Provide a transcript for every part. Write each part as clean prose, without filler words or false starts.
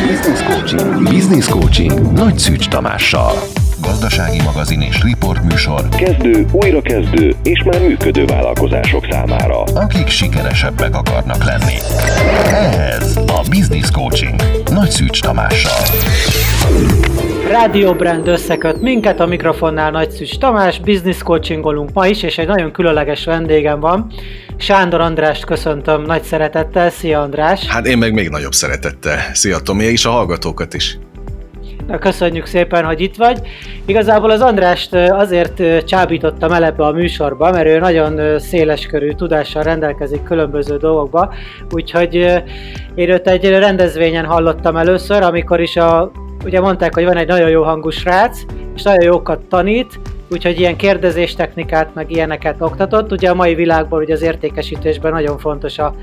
Business Coaching Nagy Szűcs Tamással. Gazdasági magazin és riportműsor kezdő, újrakezdő és már működő vállalkozások számára, akik sikeresebbek akarnak lenni. Ez a Business Coaching Nagy Szűcs Tamással. Rádióbrand összeköt minket, a mikrofonnál Nagy Szűcs Tamás, business coachingolunk ma is, és egy nagyon különleges vendégem van. Sándor Andrást köszöntöm nagy szeretettel. Szia András! Hát én meg még nagyobb szeretettel. Szia Tomi, és a hallgatókat is. Na, köszönjük szépen, hogy itt vagy. Igazából az Andrást azért csábítottam el ebbe a műsorba, mert ő nagyon széleskörű tudással rendelkezik különböző dolgokba, úgyhogy én őt egy rendezvényen hallottam először, amikor is ugye mondták, hogy van egy nagyon jó hangú srác, és nagyon jókat tanít, úgyhogy ilyen kérdezéstechnikát, meg ilyeneket oktatott. Ugye a mai világban ugye az értékesítésben nagyon fontos a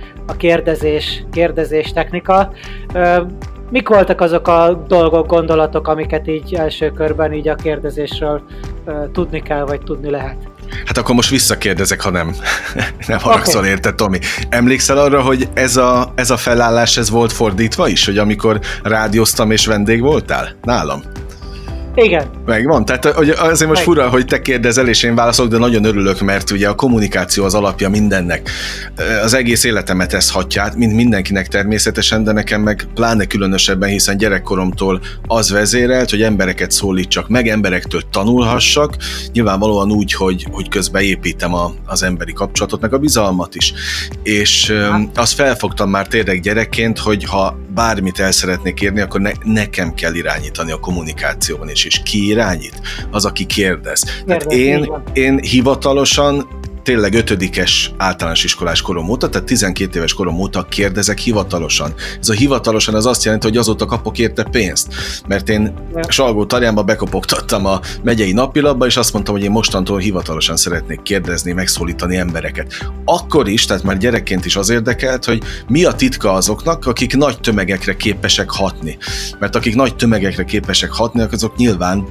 kérdezéstechnika. Mik voltak azok a dolgok, gondolatok, amiket így első körben így a kérdezésről tudni kell, vagy tudni lehet? Hát akkor most visszakérdezek, ha nem haragszol érte, Tomi. Emlékszel arra, hogy ez a felállás ez volt fordítva is, hogy amikor rádióztam és vendég voltál nálam? Igen. Megvan? Tehát azért most fura, hogy te kérdezel és én válaszolok, de nagyon örülök, mert ugye a kommunikáció az alapja mindennek. Az egész életemet ez hatja át, mint mindenkinek természetesen, de nekem meg pláne különösebben, hiszen gyerekkoromtól az vezérelt, hogy embereket szólítsak meg, emberektől tanulhassak, nyilvánvalóan úgy, hogy közben építem az emberi kapcsolatot, meg a bizalmat is. És azt felfogtam már tényleg gyerekként, hogy ha bármit el szeretnék érni, akkor nekem kell irányítani a kommunikációban is. És ki irányít? Az, aki kérdez. Tehát én hivatalosan tényleg 5-es általános iskolás korom óta, tehát 12 éves korom óta kérdezek hivatalosan. Ez a hivatalosan az azt jelenti, hogy azóta kapok érte pénzt. Mert én Salgótarjánba bekopogtattam a megyei napilapba, és azt mondtam, hogy én mostantól hivatalosan szeretnék kérdezni, megszólítani embereket. Akkor is, tehát már gyerekként is az érdekelt, hogy mi a titka azoknak, akik nagy tömegekre képesek hatni. Mert akik nagy tömegekre képesek hatni, azok nyilván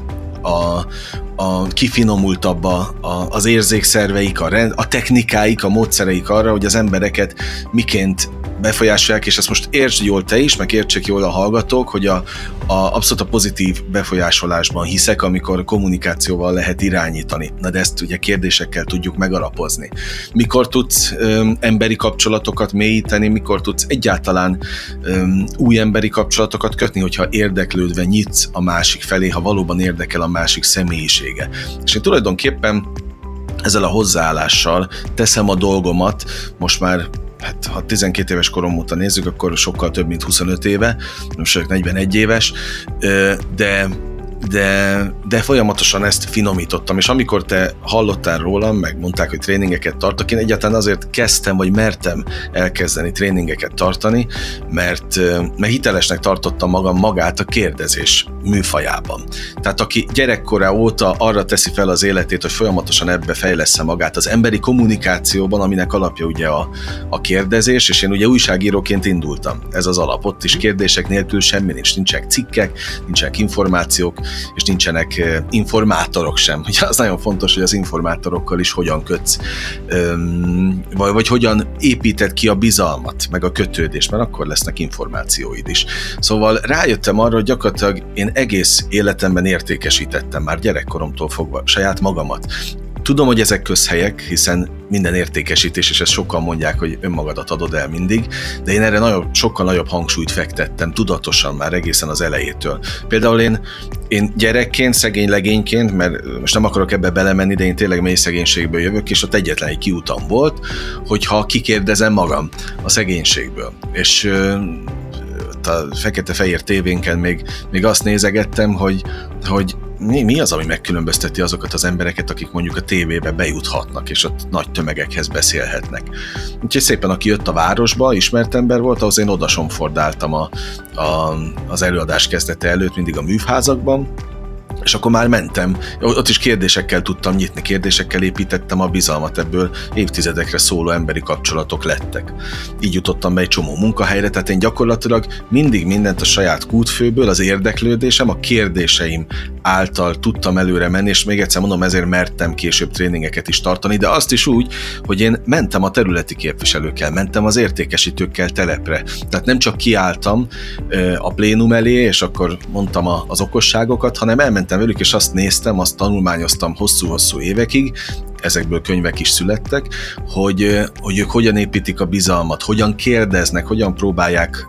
a kifinomultabb az érzékszerveik, a technikáik, a módszereik arra, hogy az embereket miként befolyásolják, és ezt most értsd jól te is, meg értsék jól a hallgatók, hogy abszolút a pozitív befolyásolásban hiszek, amikor kommunikációval lehet irányítani. Na de ezt ugye kérdésekkel tudjuk megalapozni. Mikor tudsz emberi kapcsolatokat mélyíteni, mikor tudsz egyáltalán új emberi kapcsolatokat kötni, hogyha érdeklődve nyitsz a másik felé, ha valóban érdekel a másik személyisége. És én tulajdonképpen ezzel a hozzáállással teszem a dolgomat, most már ha 12 éves korom óta nézzük, akkor sokkal több, mint 25 éve, most vagyok 41 éves, de folyamatosan ezt finomítottam, és amikor te hallottál rólam, meg mondták, hogy tréningeket tartok, én egyáltalán azért kezdtem, vagy mertem elkezdeni tréningeket tartani, mert hitelesnek tartottam magát a kérdezés műfajában. Tehát aki gyerekkora óta arra teszi fel az életét, hogy folyamatosan ebbe fejlessze magát az emberi kommunikációban, aminek alapja ugye a kérdezés, és én ugye újságíróként indultam. Ez az alap, ott is kérdések nélkül semmi nincs, nincsenek cikkek, nincsenek információk, és nincsenek informátorok sem. Ugye az nagyon fontos, hogy az informátorokkal is hogyan kötsz, vagy hogyan építed ki a bizalmat, meg a kötődést, mert akkor lesznek információid is. Szóval rájöttem arra, hogy gyakorlatilag én egész életemben értékesítettem már gyerekkoromtól fogva saját magamat. Tudom, hogy ezek közhelyek, hiszen minden értékesítés, és ezt sokan mondják, hogy önmagadat adod el mindig, de én erre sokkal nagyobb hangsúlyt fektettem, tudatosan már egészen az elejétől. Például én gyerekként, szegény legényként, mert most nem akarok ebbe belemenni, de én tényleg mély szegénységből jövök, és ott egyetlen egy kiutam volt, hogyha kikérdezem magam a szegénységből. És a fekete-fehér tévénken még azt nézegettem, hogy mi az, ami megkülönbözteti azokat az embereket, akik mondjuk a tévébe bejuthatnak, és ott nagy tömegekhez beszélhetnek. Úgyhogy szépen, aki jött a városba, ismert ember volt, ahhoz én odasomfordáltam az előadás kezdete előtt mindig a művházakban, És akkor már mentem, ott is kérdésekkel tudtam nyitni, kérdésekkel építettem a bizalmat, ebből évtizedekre szóló emberi kapcsolatok lettek. Így jutottam be egy csomó munkahelyre, tehát én gyakorlatilag mindig mindent a saját kútfőből, az érdeklődésem, a kérdéseim által tudtam előre menni, és még egyszer mondom, ezért mertem később tréningeket is tartani, de azt is úgy, hogy én mentem a területi képviselőkkel, mentem az értékesítőkkel telepre. Tehát nem csak kiálltam a plénum elé, és akkor mondtam az okosságokat, hanem elmentem velük, és azt néztem, azt tanulmányoztam hosszú-hosszú évekig, ezekből könyvek is születtek, hogy ők hogyan építik a bizalmat, hogyan kérdeznek, hogyan próbálják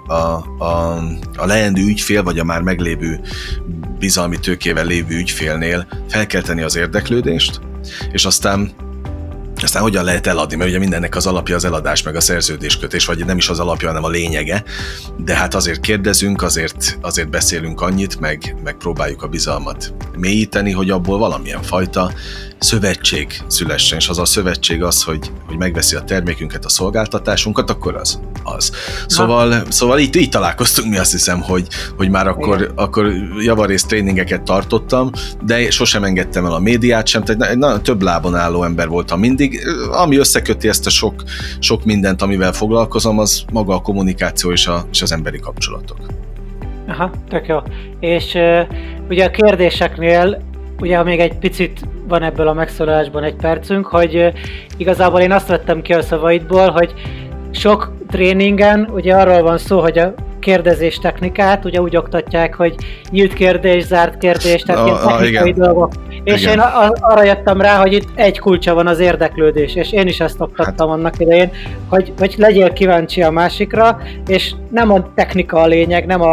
a leendő ügyfél, vagy a már meglévő bizalmi tőkével lévő ügyfélnél felkelteni az érdeklődést, és aztán hogyan lehet eladni, mert ugye mindennek az alapja az eladás, meg a szerződéskötés, vagy nem is az alapja, hanem a lényege, de hát azért kérdezünk, azért beszélünk annyit, meg próbáljuk a bizalmat mélyíteni, hogy abból valamilyen fajta szövetség szülessen, és az a szövetség az, hogy megveszi a termékünket, a szolgáltatásunkat, akkor az. Szóval így találkoztunk mi, azt hiszem, hogy már akkor javarészt tréningeket tartottam, de sosem engedtem el a médiát sem, tehát egy nagyon több lábon álló ember voltam mindig. Ami összeköti ezt a sok mindent, amivel foglalkozom, az maga a kommunikáció és az emberi kapcsolatok. Aha, tök jó. És ugye a kérdéseknél, ugye még egy picit van ebből a megszólalásban egy percünk, hogy igazából én azt vettem ki a szavaidból, hogy sok tréningen ugye arról van szó, hogy a kérdezés technikát ugye úgy oktatják, hogy nyílt kérdés, zárt kérdés, tehát ilyen technikai dolgok. És igen. Én arra jöttem rá, hogy itt egy kulcsa van, az érdeklődés, és én is ezt oktattam annak idején, hogy legyél kíváncsi a másikra, és nem a technika a lényeg, nem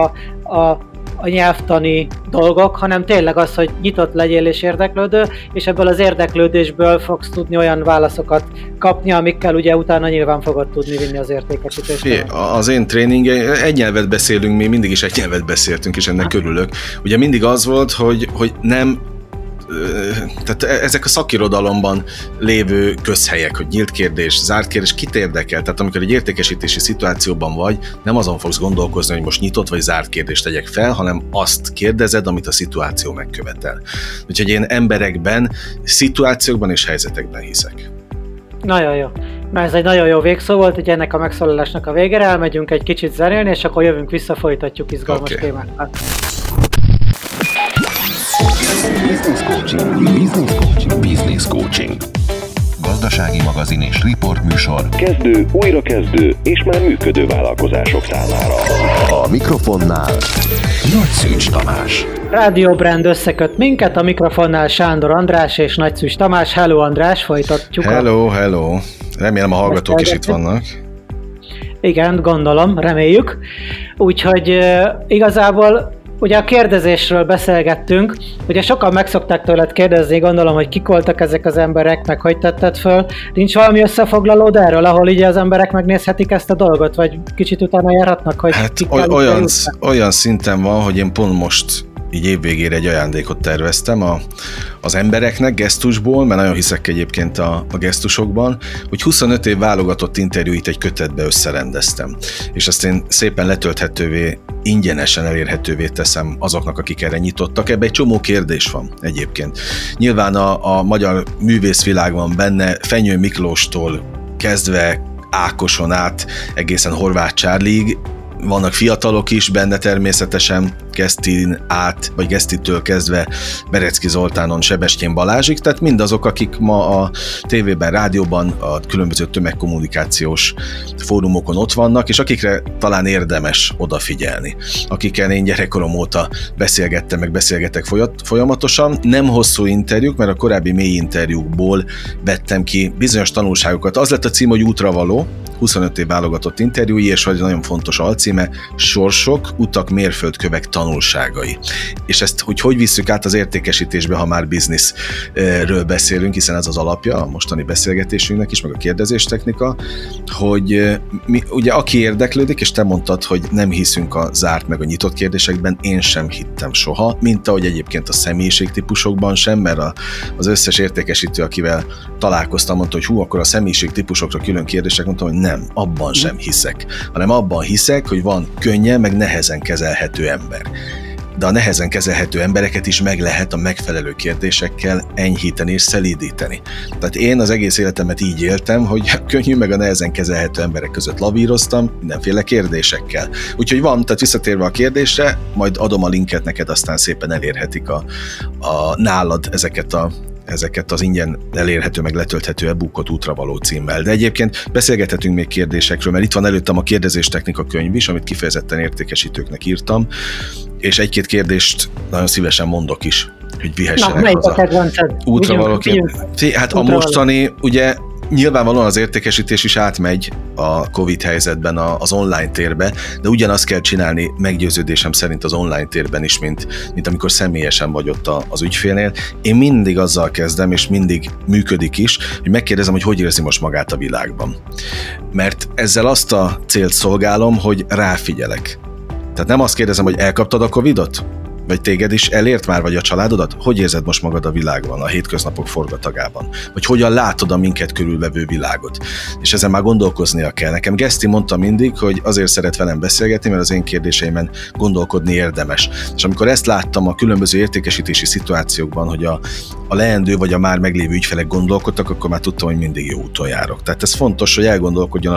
a nyelvtani dolgok, hanem tényleg az, hogy nyitott legyél és érdeklődő, és ebből az érdeklődésből fogsz tudni olyan válaszokat kapni, amikkel ugye utána nyilván fogod tudni vinni az értékesítést. Az én tréningen egy nyelvet beszélünk, mi mindig is egy nyelvet beszéltünk, és ennek örülök. Ugye mindig az volt, hogy nem, tehát ezek a szakirodalomban lévő közhelyek, hogy nyílt kérdés, zárt kérdés, kit érdekel? Tehát amikor egy értékesítési szituációban vagy, nem azon fogsz gondolkozni, hogy most nyitott vagy zárt kérdést tegyek fel, hanem azt kérdezed, amit a szituáció megkövetel. Úgyhogy én emberekben, szituációkban és helyzetekben hiszek. Nagyon jó. Na ez egy nagyon jó végszó volt, hogy ennek a megszólalásnak a végére elmegyünk egy kicsit zenélni, és akkor jövünk vissza, folytatjuk izgalmas témákat. Business Coaching. Gazdasági magazin és riportműsor. Kezdő, újrakezdő és már működő vállalkozások számára. A mikrofonnál Nagy Szűcs Tamás. Rádió Brand összeköt minket, a mikrofonnál Sándor András és Nagy Szűcs Tamás. Hello András, folytatjuk. Hello. Remélem a hallgatók is itt vannak. Igen, gondolom, reméljük. Úgyhogy igazából ugye a kérdezésről beszélgettünk, ugye sokan meg szokták tőled kérdezni, gondolom, hogy kik voltak ezek az emberek, meg hogy tetted föl. Nincs valami összefoglalód erről, ahol így az emberek megnézhetik ezt a dolgot, vagy kicsit utána járhatnak, hogy hát olyan szinten van, hogy én pont most így évvégére egy ajándékot terveztem az embereknek gesztusból, mert nagyon hiszek egyébként a gesztusokban, hogy 25 év válogatott interjúit egy kötetbe összerendeztem. És ezt én szépen letölthetővé, ingyenesen elérhetővé teszem azoknak, akik erre nyitottak. Ebben egy csomó kérdés van egyébként. Nyilván a magyar művészvilág van benne, Fenyő Miklóstól kezdve Ákoson át egészen Horváth Csárlig, vannak fiatalok is benne természetesen, Gesztitől kezdve Berecki Zoltánon, Sebestyén Balázsig, tehát mindazok, akik ma a tévében, rádióban, a különböző tömegkommunikációs fórumokon ott vannak, és akikre talán érdemes odafigyelni. Akikkel én gyerekkorom óta beszélgetek folyamatosan. Nem hosszú interjúk, mert a korábbi mély interjúkból vettem ki bizonyos tanulságokat. Az lett a cím, hogy Útravaló, 25 év válogatott interjúi, és vagy nagyon fontos alcíme, Sorsok, utak, mérföldkövek tanulságai. És ezt hogy visszük át az értékesítésbe, ha már bizniszről beszélünk, hiszen ez az alapja a mostani beszélgetésünknek is, meg a kérdezéstechnika, hogy ugye aki érdeklődik, és te mondtad, hogy nem hiszünk a zárt meg a nyitott kérdésekben, én sem hittem soha, mint ahogy egyébként a személyiségtípusokban sem, mert az összes értékesítő, akivel találkoztam, mondta, hogy akkor a személyiségtípusokra külön kérdések, mondtam, hogy nem, abban sem hiszek, hanem abban hiszek, hogy van könnyen, meg nehezen kezelhető ember. de a nehezen kezelhető embereket is meg lehet a megfelelő kérdésekkel enyhíteni és szelídíteni. Tehát én az egész életemet így éltem, hogy a könnyű meg a nehezen kezelhető emberek között lavíroztam mindenféle kérdésekkel. Úgyhogy van, tehát visszatérve a kérdésre, majd adom a linket neked, aztán szépen elérhetik a nálad ezeket az ingyen elérhető, meg letölthető e-bookot Útravaló címmel. De egyébként beszélgethetünk még kérdésekről, mert itt van előttem a kérdezéstechnika könyv is, amit kifejezetten értékesítőknek írtam, és egy-két kérdést nagyon szívesen mondok is, hogy vihessenek haza. Útravaló. Hát a mostani, ugye nyilvánvalóan az értékesítés is átmegy a Covid helyzetben az online térbe, de ugyanazt kell csinálni meggyőződésem szerint az online térben is, mint amikor személyesen vagy ott az ügyfélnél. Én mindig azzal kezdem, és mindig működik is, hogy megkérdezem, hogy érzi most magát a világban. Mert ezzel azt a célt szolgálom, hogy ráfigyelek. Tehát nem azt kérdezem, hogy elkaptad a Covidot? Vagy téged is elért már, vagy a családodat? Hogy érzed most magad a világban, a hétköznapok forgatagában? Vagy hogyan látod a minket körülvevő világot? És ezen már gondolkoznia kell. Nekem Geszti mondta mindig, hogy azért szeret velem beszélgetni, mert az én kérdéseimen gondolkodni érdemes. És amikor ezt láttam a különböző értékesítési szituációkban, hogy a leendő vagy a már meglévő ügyfelek gondolkodtak, akkor már tudtam, hogy mindig jó úton járok. Tehát ez fontos, hogy elgondolkodjon a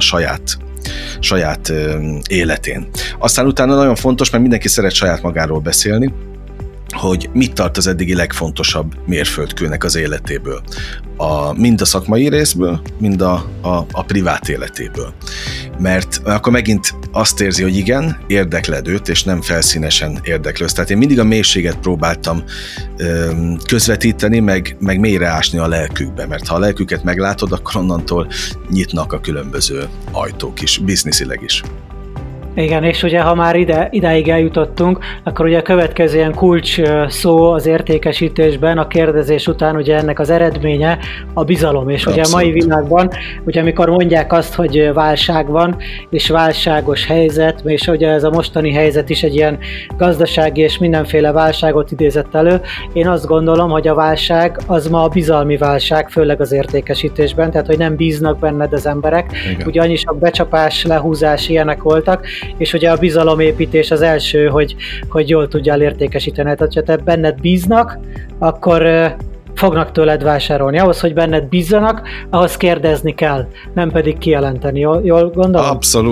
saját életén. Aztán utána nagyon fontos, mert mindenki szeret saját magáról beszélni, hogy mit tart az eddigi legfontosabb mérföldkőnek az életéből. Mind a szakmai részből, mind a privát életéből. Mert akkor megint azt érzi, hogy igen, érdekled őt, és nem felszínesen érdeklőz. Tehát én mindig a mélységet próbáltam közvetíteni, meg mélyre ásni a lelkükbe, mert ha a lelküket meglátod, akkor onnantól nyitnak a különböző ajtók is, bizniszileg is. Igen, és ugye ha már idáig eljutottunk, akkor ugye a következő ilyen kulcs szó az értékesítésben, a kérdezés után ugye ennek az eredménye a bizalom. És ugye a mai világban, ugye amikor mondják azt, hogy válság van, és válságos helyzet, és ugye ez a mostani helyzet is egy ilyen gazdasági és mindenféle válságot idézett elő, én azt gondolom, hogy a válság az ma a bizalmi válság, főleg az értékesítésben, tehát hogy nem bíznak benned az emberek. Igen. Ugye annyi sok becsapás, lehúzás, ilyenek voltak, és ugye a bizalomépítés az első, hogy jól tudjál értékesíteni. Tehát, ha te benned bíznak, akkor fognak tőled vásárolni. Ahhoz, hogy benned bízzanak, ahhoz kérdezni kell, nem pedig kijelenteni. Jól gondolom?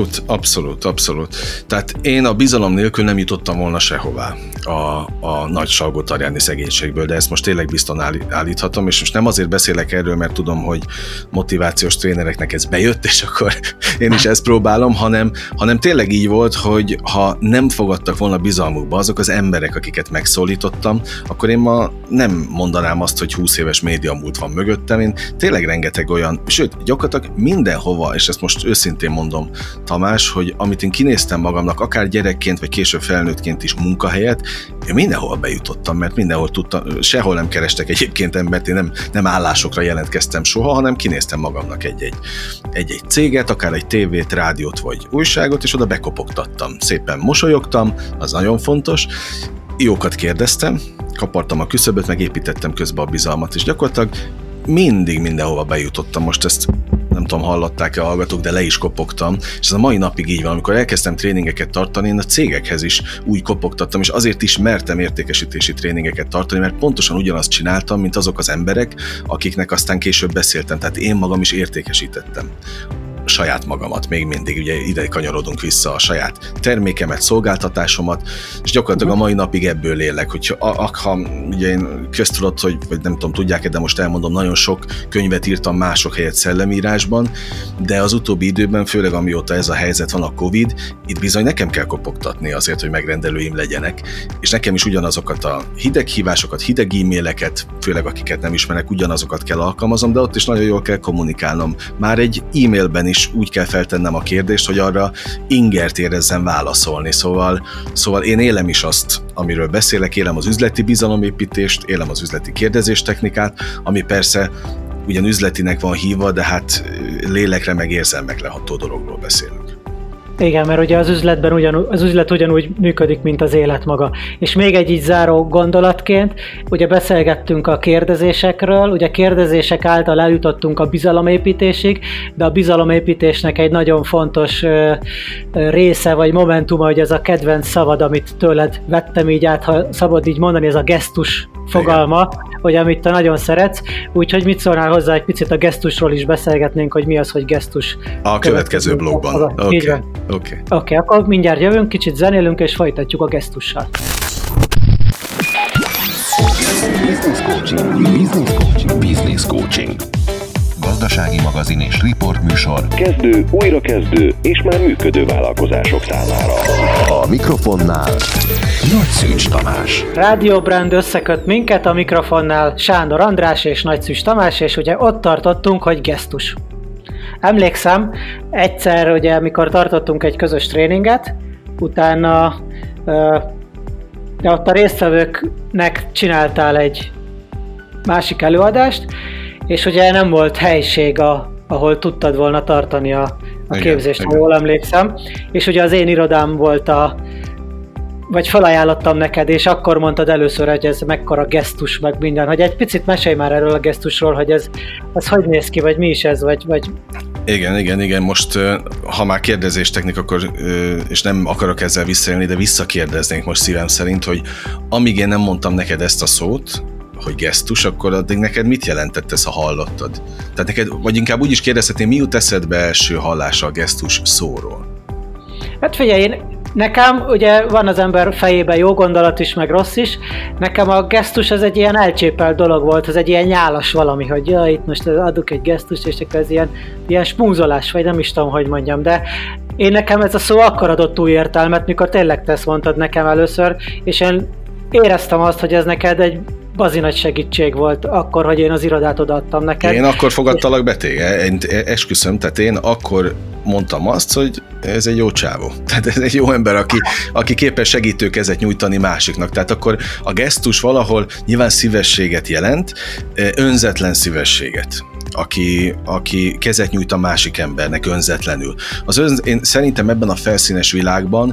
Abszolút. Tehát én a bizalom nélkül nem jutottam volna sehová a nagy Salgótarjáni szegénységből, de ezt most tényleg bizton állíthatom, és most nem azért beszélek erről, mert tudom, hogy motivációs trénereknek ez bejött, és akkor én is ezt próbálom, hanem tényleg így volt, hogy ha nem fogadtak volna bizalmukba azok az emberek, akiket megszólítottam, akkor én ma nem mondanám azt, hogy 20 éves média múlt van mögöttem, én tényleg rengeteg olyan, sőt, gyakorlatilag mindenhova, és ezt most őszintén mondom, Tamás, hogy amit én kinéztem magamnak, akár gyerekként, vagy később felnőttként is munkahelyet, én mindenhol bejutottam, mert mindenhol tudtam, sehol nem kerestek egyébként embert, én nem állásokra jelentkeztem soha, hanem kinéztem magamnak egy céget, akár egy tévét, rádiót vagy újságot, és oda bekopogtattam. Szépen mosolyogtam, az nagyon fontos, jókat kérdeztem, kapartam a küszöböt, meg építettem közben a bizalmat, és gyakorlatilag mindig mindenhova bejutottam. Most ezt nem tudom, hallották-e a hallgatók, de le is kopogtam, és ez a mai napig így van. Amikor elkezdtem tréningeket tartani, én a cégekhez is úgy kopogtattam, és azért is mertem értékesítési tréningeket tartani, mert pontosan ugyanazt csináltam, mint azok az emberek, akiknek aztán később beszéltem. Tehát én magam is értékesítettem saját magamat, még mindig, ugye ide kanyarodunk vissza, a saját termékemet, szolgáltatásomat, és gyakorlatilag a mai napig ebből élek, hogy ha ugye én köztudott, hogy vagy nem tudom, tudják-e, de most elmondom, nagyon sok könyvet írtam mások helyett szellemírásban, de az utóbbi időben, főleg amióta ez a helyzet van, a Covid, itt bizony nekem kell kopogtatni azért, hogy megrendelőim legyenek, és nekem is ugyanazokat a hideg hívásokat, hideg e-maileket, főleg akiket nem ismerek, ugyanazokat kell alkalmazom, de ott is nagyon jól kell kommunikálnom. Már egy e-mailben is úgy kell feltennem a kérdést, hogy arra ingert érezzen válaszolni. Szóval én élem is azt, amiről beszélek, élem az üzleti bizalomépítést, élem az üzleti kérdezéstechnikát, ami persze ugyan üzletinek van hívva, de hát lélekre meg érzelmekre ható dologról beszélünk. Igen, mert ugye az üzlet ugyanúgy működik, mint az élet maga. És még egy így záró gondolatként, ugye beszélgettünk a kérdezésekről, ugye kérdezések által eljutottunk a bizalomépítésig, de a bizalomépítésnek egy nagyon fontos része vagy momentuma, hogy ez a kedvenc szavad, amit tőled vettem így át, ha szabad így mondani, ez a gesztus fogalma, hogy amit te nagyon szeretsz, úgyhogy mit szólnál hozzá, egy picit a gesztusról is beszélgetnénk, hogy mi az, hogy gesztus. A következő blogban. Oké, akkor mindjárt jövünk, kicsit zenélünk, és folytatjuk a gesztussal. Business Coaching. Gazdasági magazin és riportműsor. Kezdő, újrakezdő és már működő vállalkozások számára. A mikrofonnál Nagy Szűcs Tamás. Rádió Brand összeköt minket, a mikrofonnál Sándor András és Nagy Szűcs Tamás, és ugye ott tartottunk, hogy gesztus. Emlékszem, egyszer, ugye, amikor tartottunk egy közös tréninget, utána ott a résztvevőknek csináltál egy másik előadást, és ugye nem volt helység, ahol tudtad volna tartani a képzést, ha jól emlékszem. És ugye az én irodám volt vagy felajánlottam neked, és akkor mondtad először, hogy ez mekkora gesztus, meg minden, hogy egy picit mesélj már erről a gesztusról, hogy ez hogy néz ki, vagy mi is ez, vagy... Igen, most ha már kérdezéstechnik, akkor, és nem akarok ezzel visszaélni, de visszakérdeznénk most szívem szerint, hogy amíg én nem mondtam neked ezt a szót, hogy gesztus, akkor addig neked mit jelentett ez, ha hallottad? Tehát neked, vagy inkább úgy is kérdezhetném, mi jut eszedbe első hallásra a gesztus szóról? Hát figyelj, nekem ugye van az ember fejében jó gondolat is, meg rossz is. Nekem a gesztus ez egy ilyen elcsépelt dolog volt, ez egy ilyen nyálas valami, hogy itt most adok egy gesztust, és akkor ez ilyen smúzolás, vagy nem is tudom, hogy mondjam, de nekem ez a szó akkor adott új értelmet, mikor tényleg te ezt mondtad nekem először, és én éreztem azt, hogy ez neked egy bazi nagy segítség volt akkor, hogy én az irodát odaadtam neked. Én akkor fogadtalak be téged, esküszöm, tehát én akkor mondtam azt, hogy ez egy jó csávó. Tehát ez egy jó ember, aki képes segítőkezet nyújtani másiknak. Tehát akkor a gesztus valahol nyilván szívességet jelent, önzetlen szívességet. Aki kezet nyújt a másik embernek önzetlenül. Én szerintem ebben a felszínes világban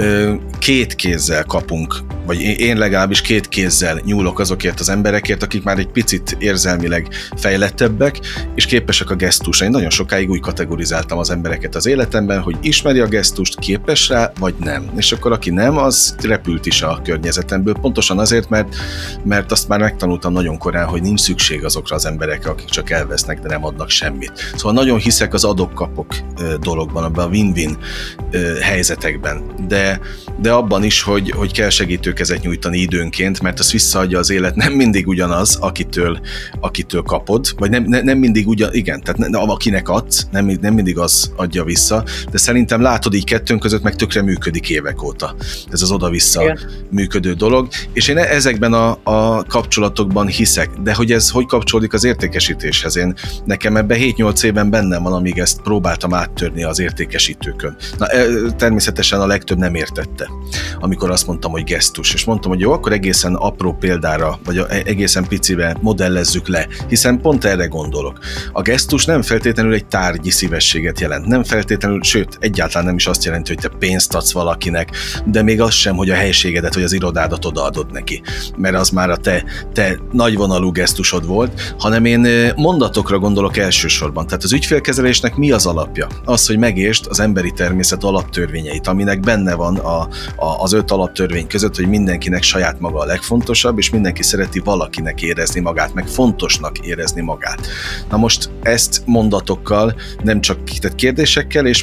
két kézzel kapunk, vagy én legalábbis két kézzel nyúlok azokért az emberekért, akik már egy picit érzelmileg fejlettebbek, és képesek a gesztusra. Én nagyon sokáig úgy kategorizáltam az embereket az életemben, hogy ismeri a gesztust, képes rá, vagy nem. És akkor aki nem, az repült is a környezetemből, pontosan azért, mert azt már megtanultam nagyon korán, hogy nincs szükség azokra az emberekre, akik csak elvesznek, de nem adnak semmit. Szóval nagyon hiszek az adok-kapok dologban, abban a win-win helyzetekben, de abban is, hogy kell segítőkezet nyújtani időnként, mert az visszaadja az élet, nem mindig ugyanaz, akitől kapod, vagy nem mindig igen, tehát akinek adsz, nem mindig az adja vissza, de szerintem látod így kettőnk között meg tökre működik évek óta. Ez az oda-vissza működő dolog, és én ezekben a kapcsolatokban hiszek, de hogy ez hogy kapcsolódik az értékesítéshez? Nekem ebben 7-8 éven bennem van, amíg ezt próbáltam áttörni az értékesítőkön. Természetesen a legtöbb nem értette, amikor azt mondtam, hogy gesztus, és mondtam, hogy jó, akkor egészen apró példára, vagy egészen picibe modellezzük le, hiszen pont erre gondolok. A gesztus nem feltétlenül egy tárgyi szívességet jelent, nem feltétlenül, sőt, egyáltalán nem is azt jelenti, hogy te pénzt adsz valakinek, de még az sem, hogy a helységedet vagy az irodádat odaadod neki, mert az már a te nagyvonalú gesztusod volt, hanem én mondatokra gondolok elsősorban. Tehát az ügyfélkezelésnek mi az alapja? Az, hogy megértsd az emberi természet alaptörvényeit, aminek benne van az 5 alaptörvény között, hogy mindenkinek saját maga a legfontosabb, és mindenki szereti valakinek érezni magát, meg fontosnak érezni magát. Na most ezt mondatokkal, nem csak kérdésekkel és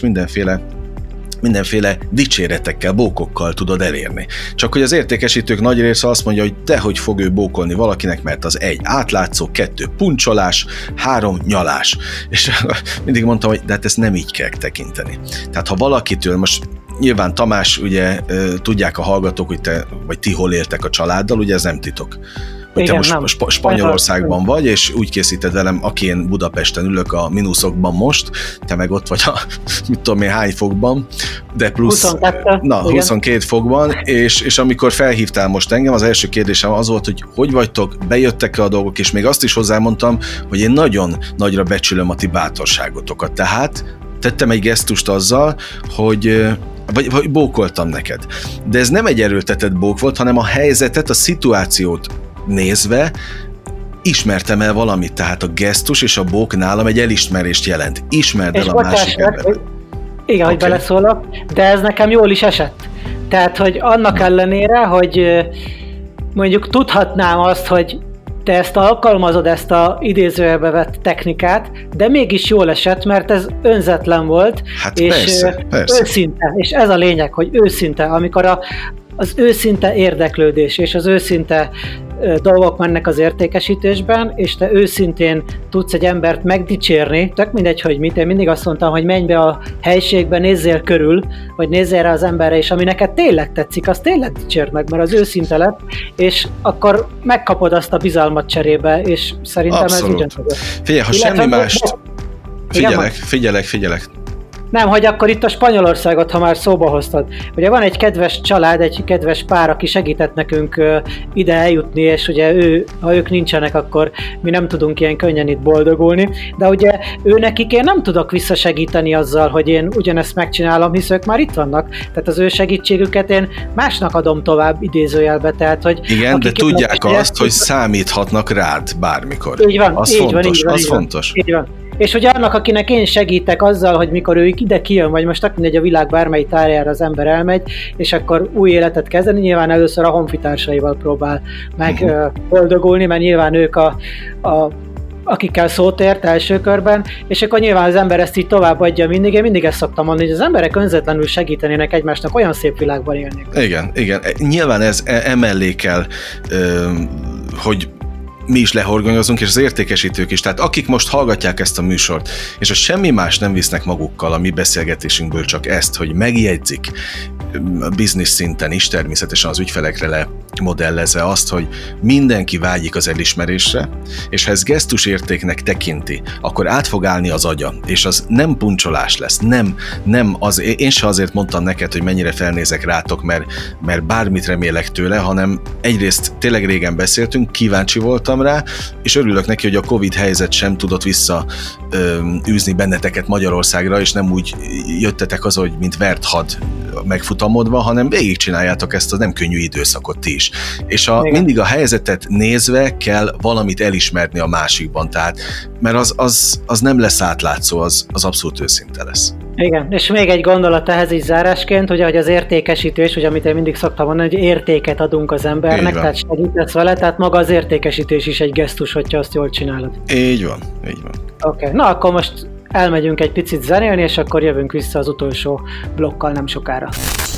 mindenféle dicséretekkel, bókokkal tudod elérni. Csak hogy az értékesítők nagy része azt mondja, hogy dehogy fog ő bókolni valakinek, mert az 1 átlátszó, 2 puncsolás, 3 nyalás. És mindig mondtam, hogy de hát ezt nem így kell tekinteni. Tehát ha valakitől most nyilván Tamás, ugye tudják a hallgatók, hogy te vagy ti hol éltek a családdal, ugye ez nem titok. Hogy igen, te most Spanyolországban vagy, és úgy készíted velem, aki én Budapesten ülök a mínuszokban most, te meg ott vagy a mit tudom én hány fokban, de plusz 22 fokban, és amikor felhívtál most engem, az első kérdésem az volt, hogy vagytok, bejöttek-e a dolgok, és még azt is hozzámondtam, hogy én nagyon nagyra becsülöm a ti bátorságotokat. Tehát tettem egy gesztust azzal, hogy vagy bókoltam neked. De ez nem egy erőltetett bók volt, hanem a helyzetet, a szituációt nézve ismertem el valamit, tehát a gesztus és a bók nálam egy elismerést jelent. Ismerd el a másik embert. Igen, hogy beleszólok, de ez nekem jól is esett. Tehát, hogy annak ellenére, hogy mondjuk tudhatnám azt, hogy te ezt alkalmazod, ezt a idézőjelbe vett technikát, de mégis jól esett, mert ez önzetlen volt, hát és persze. Őszinte. És ez a lényeg, hogy őszinte, amikor az őszinte érdeklődés és az őszinte dolgok mennek az értékesítésben, és te őszintén tudsz egy embert megdicsérni, tök mindegy, hogy mit, én mindig azt mondtam, hogy menj be a helyiségbe, nézzél körül, vagy nézzél rá az emberre, és ami neked tényleg tetszik, az tényleg dicsérd meg, mert az őszinte lett, és akkor megkapod azt a bizalmat cserébe, és szerintem abszolút. Ez ugyanaz. Figyelj, ha semmi mást... Figyelek. Nem, hogy akkor itt a Spanyolországot, ha már szóba hoztad. Ugye van egy kedves család, egy kedves pár, aki segített nekünk ide eljutni, és ugye ha ők nincsenek, akkor mi nem tudunk ilyen könnyen itt boldogulni. De ugye nekik én nem tudok visszasegíteni azzal, hogy én ugyanezt megcsinálom, hisz ők már itt vannak. Tehát az ő segítségüket én másnak adom tovább idézőjelbe. Tehát, hogy igen, de tudják azt, hogy számíthatnak rád bármikor. Így van, az fontos. Így van. És ugye annak, akinek én segítek azzal, hogy mikor ő ide kijön, vagy most tök mindegy, a világ bármely tájára az ember elmegy, és akkor új életet kezdeni, nyilván először a honfitársaival próbál meg boldogulni, mert nyilván ők akikkel szót ért első körben, és akkor nyilván az ember ezt így továbbadja mindig. Én mindig ezt szoktam mondani, hogy az emberek önzetlenül segítenének egymásnak, olyan szép világban élnék. Igen. Nyilván ez emellé kell, hogy mi is lehorgonyozunk, és az értékesítők is. Tehát akik most hallgatják ezt a műsort, és a semmi más nem visznek magukkal a mi beszélgetésünkből, csak ezt, hogy megjegyzik a biznisz szinten is, természetesen az ügyfelekre lemodellezve azt, hogy mindenki vágyik az elismerésre, és ha ez gesztusértéknek tekinti, akkor át fog állni az agya, és az nem puncsolás lesz, nem az, én se azért mondtam neked, hogy mennyire felnézek rátok, mert bármit remélek tőle, hanem egyrészt tényleg régen beszéltünk, kíváncsi voltam rá, és örülök neki, hogy a Covid helyzet sem tudott visszaűzni benneteket Magyarországra, és nem úgy jöttetek haza, hogy mint vert had megfutamodva, hanem végigcsináljátok ezt a nem könnyű időszakot ti is. És mindig a helyzetet nézve kell valamit elismerni a másikban, tehát, mert az nem lesz átlátszó, az abszolút őszinte lesz. Igen, és még egy gondolat ehhez is zárásként, ugye, hogy az értékesítés, ugye, amit én mindig szoktam mondani, hogy értéket adunk az embernek, tehát segítesz vele, tehát maga az értékesítés is egy gesztus, hogyha azt jól csinálod. Így van. Oké, na akkor most elmegyünk egy picit zenélni, és akkor jövünk vissza az utolsó blokkal nem sokára.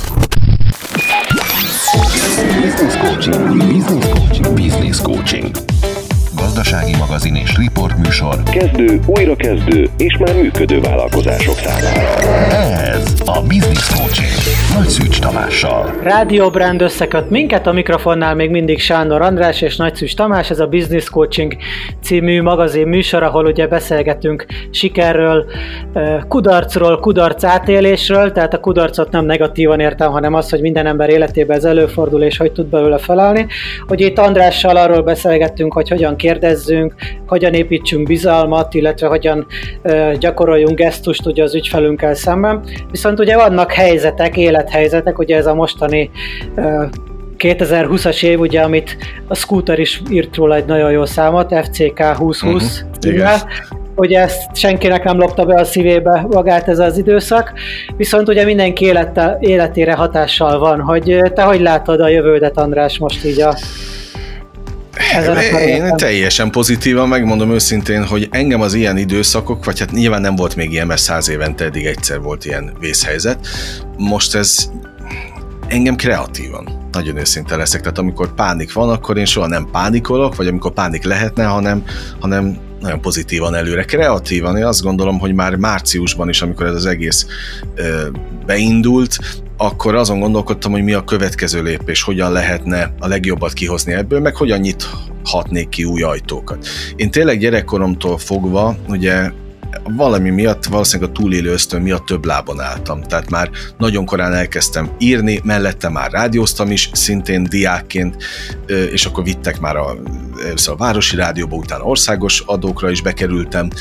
Business Coaching. Gazdasági magazin és riportműsor. Kezdő, újrakezdő és már működő vállalkozások számára. Ez a Business Coaching Nagy Szűcs Tamással. Rádió Brand összeköt minket, a mikrofonnál még mindig Sándor András és Nagy Szűcs Tamás, ez a Business Coaching című magazin műsor, ahol ugye beszélgetünk sikerről, kudarcról, kudarc átélésről, tehát a kudarcot nem negatívan értem, hanem az, hogy minden ember életében ez előfordul, és hogy tud belőle felállni. Hogy itt Andrással arról beszélgettünk, hogy hogyan kérdezzünk, hogyan építsünk bizalmat, illetve hogyan gyakoroljunk gesztust ugye az ügyfelünkkel szemben. Viszont ugye vannak helyzetek, élethelyzetek, ugye ez a mostani 2020-as év, ugye, amit a Scooter is írt róla egy nagyon jó számot, FCK 2020 címmel, hogy ezt senkinek nem lopta be a szívébe magát ez az időszak, viszont ugye mindenki életére hatással van, hogy te hogy látod a jövődet, András, most így én teljesen pozitívan megmondom őszintén, hogy engem az ilyen időszakok, vagy hát nyilván nem volt még ilyen, mert 100 évente eddig egyszer volt ilyen vészhelyzet. Most ez engem kreatívan, nagyon őszinte leszek. Tehát amikor pánik van, akkor én soha nem pánikolok, vagy amikor pánik lehetne, hanem nagyon pozitívan előre, kreatívan. Én azt gondolom, hogy már márciusban is, amikor ez az egész beindult, akkor azon gondolkodtam, hogy mi a következő lépés, hogyan lehetne a legjobbat kihozni ebből, meg hogyan nyithatnék ki új ajtókat. Én tényleg gyerekkoromtól fogva, ugye valami miatt, valószínűleg a túlélő ösztön miatt több lábon álltam. Tehát már nagyon korán elkezdtem írni, mellette már rádióztam is, szintén diákként, és akkor vittek már először a Városi Rádióba, utána országos adókra is bekerültem,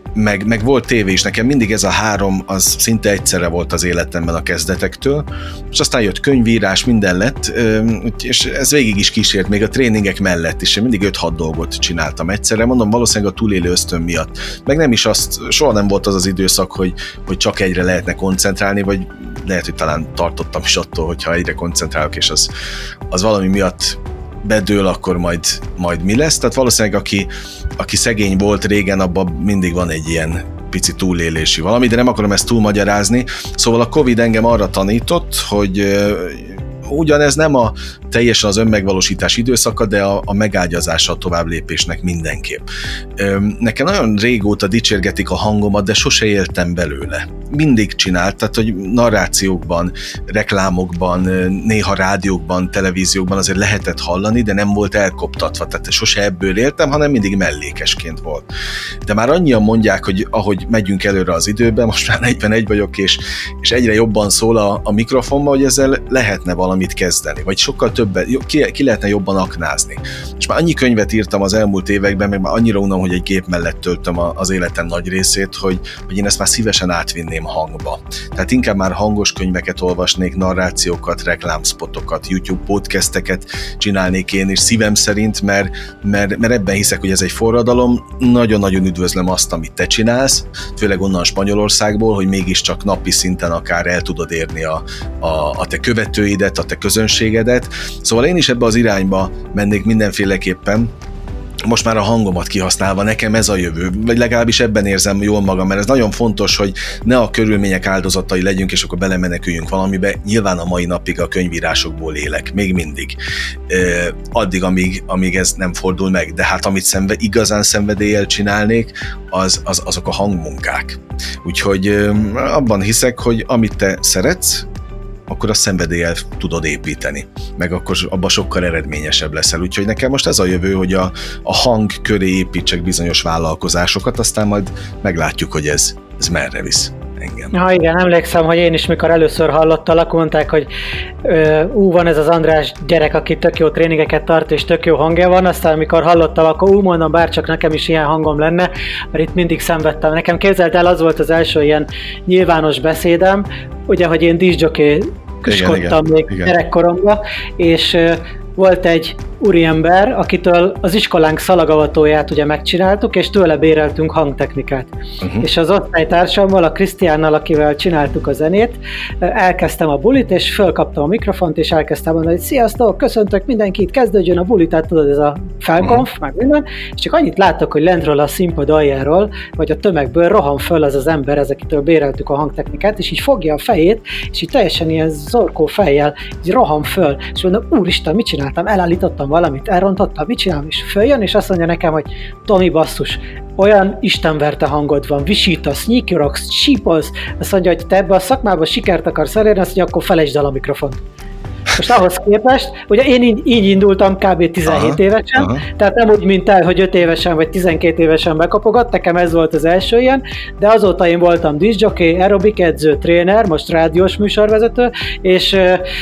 meg volt tévé is, nekem mindig ez a három, az szinte egyszerre volt az életemben a kezdetektől, és aztán jött könyvírás, minden lett, és ez végig is kísért, még a tréningek mellett is, én mindig 5-6 dolgot csináltam egyszerre, mondom, valószínűleg a túlélő ösztön miatt, meg nem is soha nem volt az az időszak, hogy csak egyre lehetne koncentrálni, vagy lehet, hogy talán tartottam is attól, hogyha egyre koncentrálok, és az valami miatt bedől, akkor majd mi lesz. Tehát valószínűleg aki szegény volt régen, abban mindig van egy ilyen pici túlélési valami, de nem akarom ezt túlmagyarázni. Szóval a Covid engem arra tanított, hogy ugyanez nem a teljesen az önmegvalósítás időszaka, de a megágyazása, a tovább lépésnek mindenképp. Nekem nagyon régóta dicsérgetik a hangomat, de sose éltem belőle. Mindig csinált, tehát hogy narrációkban, reklámokban, néha rádiókban, televíziókban azért lehetett hallani, de nem volt elkoptatva, tehát sose ebből éltem, hanem mindig mellékesként volt. De már annyian mondják, hogy ahogy megyünk előre az időben, most már 41 vagyok, és egyre jobban szól a mikrofonba, hogy ezzel lehetne valamit kezdeni, vagy sokkal többet, ki lehetne jobban aknázni. És már annyi könyvet írtam az elmúlt években, meg már annyira unom, hogy egy gép mellett töltöm az életem nagy részét, hogy én ezt már szívesen átvinném hangba. Tehát inkább már hangos könyveket olvasnék, narrációkat, reklámspotokat, YouTube podcasteket csinálnék én is szívem szerint, mert ebben hiszek, hogy ez egy forradalom. Nagyon-nagyon üdvözlöm azt, amit te csinálsz, főleg onnan Spanyolországból, hogy mégiscsak napi szinten akár el tudod érni a te követőidet, a te közönségedet. Szóval én is ebbe az irányba mennék mindenféleképpen, most már a hangomat kihasználva, nekem ez a jövő, vagy legalábbis ebben érzem jól magam, mert ez nagyon fontos, hogy ne a körülmények áldozatai legyünk, és akkor belemeneküljünk valamibe. Nyilván a mai napig a könyvírásokból élek, még mindig. Addig, amíg ez nem fordul meg, de hát amit igazán szenvedéllyel csinálnék, azok a hangmunkák. Úgyhogy abban hiszek, hogy amit te szeretsz, akkor a szenvedéllyel tudod építeni, meg akkor abban sokkal eredményesebb leszel. Úgyhogy nekem most ez a jövő, hogy a hang köré építsek bizonyos vállalkozásokat, aztán majd meglátjuk, hogy ez merre visz engem. Ha igen, emlékszem, hogy én is mikor először hallottalak, mondták, hogy van ez az András gyerek, aki tök jó tréningeket tart, és tök jó hangja van, aztán amikor hallottam, akkor mondom, bárcsak nekem is ilyen hangom lenne, mert itt mindig szenvedtem. Nekem képzeld el, az volt az első ilyen nyilvános beszédem, ugye, hogy én discjockey-skodtam még gyerekkoromban, és volt egy úriember, akitől az iskolánk szalagavatóját ugye megcsináltuk, és tőle béreltünk hangtechnikát. És az osztálytársammal, a Krisztiánnal, akivel csináltuk a zenét, elkezdtem a bulit, és fölkaptam a mikrofont, és elkezdtem mondani, hogy sziasztok, köszöntök mindenkit, kezdődjön a bulit, tehát tudod, ez a felkonf, meg minden, és csak annyit láttak, hogy lentről a színpad aljáról, vagy a tömegből rohan föl az ember, akitől béreltük a hangtechnikát, és így fogja a fejét, és így teljesen ilyen zorkó fejjel, így rohan föl, és mondom, úristen, mit csináltam, elállítottam valamit, elrontottam, mit csinálom, és följön, és azt mondja nekem, hogy Tomi, basszus, olyan istenverte hangod van, visítasz, nyíkyorogsz, sípolsz, azt mondja, hogy te ebbe a szakmába sikert akarsz elérni, azt mondja, akkor felejtsd el a mikrofont. Most ahhoz képest, ugye én így indultam kb. 17 évesen, tehát nem úgy, mint te, hogy 5 évesen vagy 12 évesen bekapogott, nekem ez volt az első ilyen, de azóta én voltam discjockey, aerobik edző, tréner, most rádiós műsorvezető, és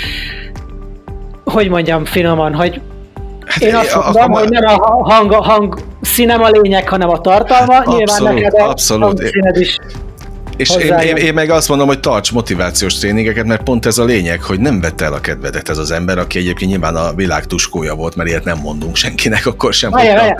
hogy mondjam finoman, hogy én azt mondom, hogy nem a hang színem a lényeg, hanem a tartalma, nyilván neked a hangszíned is. És én meg azt mondom, hogy tarts motivációs tréningeket, mert pont ez a lényeg, hogy nem vette el a kedvedet ez az ember, aki egyébként nyilván a világ tuskója volt, mert ilyet nem mondunk senkinek, akkor sem.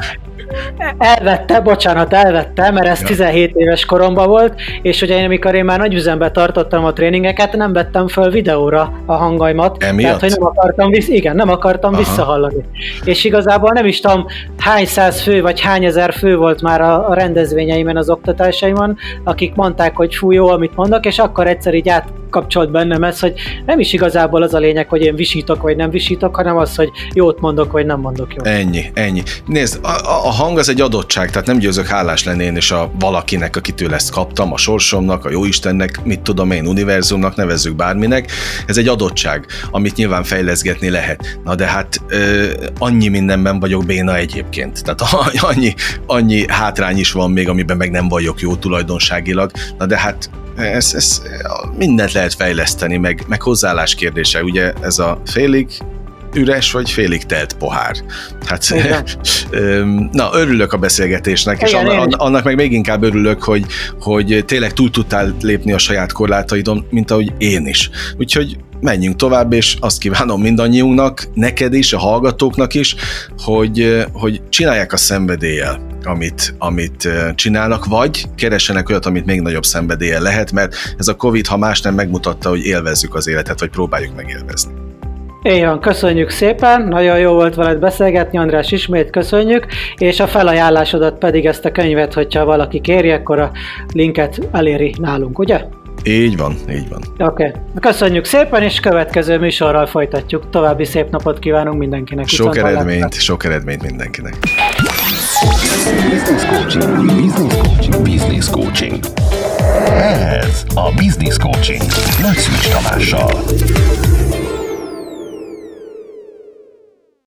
Elvette, mert ez 17 éves koromban volt, és ugye amikor én már nagyüzemben tartottam a tréningeket, nem vettem föl videóra a hangaimat. Emiatt? Tehát, hogy nem akartam visszahallani. És igazából nem is tudom, hány száz fő, vagy hány ezer fő volt már a rendezvényeimen, az oktatásaimon, akik mondták, hogy fú, jó, amit mondok, és akkor egyszer így átkapcsolt bennem ez, hogy nem is igazából az a lényeg, hogy én visítok, vagy nem visítok, hanem az, hogy jót mondok, vagy nem mondok jót. Ennyi. Nézd, a hang az egy adottság, tehát nem győzök hálás lenni én is a valakinek, akitől ezt kaptam, a sorsomnak, a jóistennek, mit tudom én, univerzumnak, nevezzük bárminek. Ez egy adottság, amit nyilván fejleszgetni lehet. Na de hát annyi mindenben vagyok béna egyébként. Tehát annyi hátrány is van még, amiben meg nem vagyok jó tulajdonságilag. Na de hát mindent lehet fejleszteni, meg hozzáállás kérdése. Ugye ez a félig üres vagy félig telt pohár. Hát, na, örülök a beszélgetésnek, igen, és annak meg még inkább örülök, hogy tényleg túl tudtál lépni a saját korlátaidon, mint ahogy én is. Úgyhogy menjünk tovább, és azt kívánom mindannyiunknak, neked is, a hallgatóknak is, hogy csinálják a szenvedéllyel, amit csinálnak, vagy keressenek olyat, amit még nagyobb szenvedéllyel lehet, mert ez a Covid, ha más nem, megmutatta, hogy élvezzük az életet, vagy próbáljuk megélvezni. Igen, köszönjük szépen, nagyon jó volt veled beszélgetni, András, ismét köszönjük, és a felajánlásodat pedig, ezt a könyvet, hogyha valaki kéri, akkor a linket eléri nálunk, ugye? Így van, így van. Oké. Köszönjük szépen, és következő műsorral folytatjuk. További szép napot kívánunk mindenkinek. Sok eredményt mindenkinek. Business Coaching. Ez a Business Coaching Nagy Szűcs Tamással.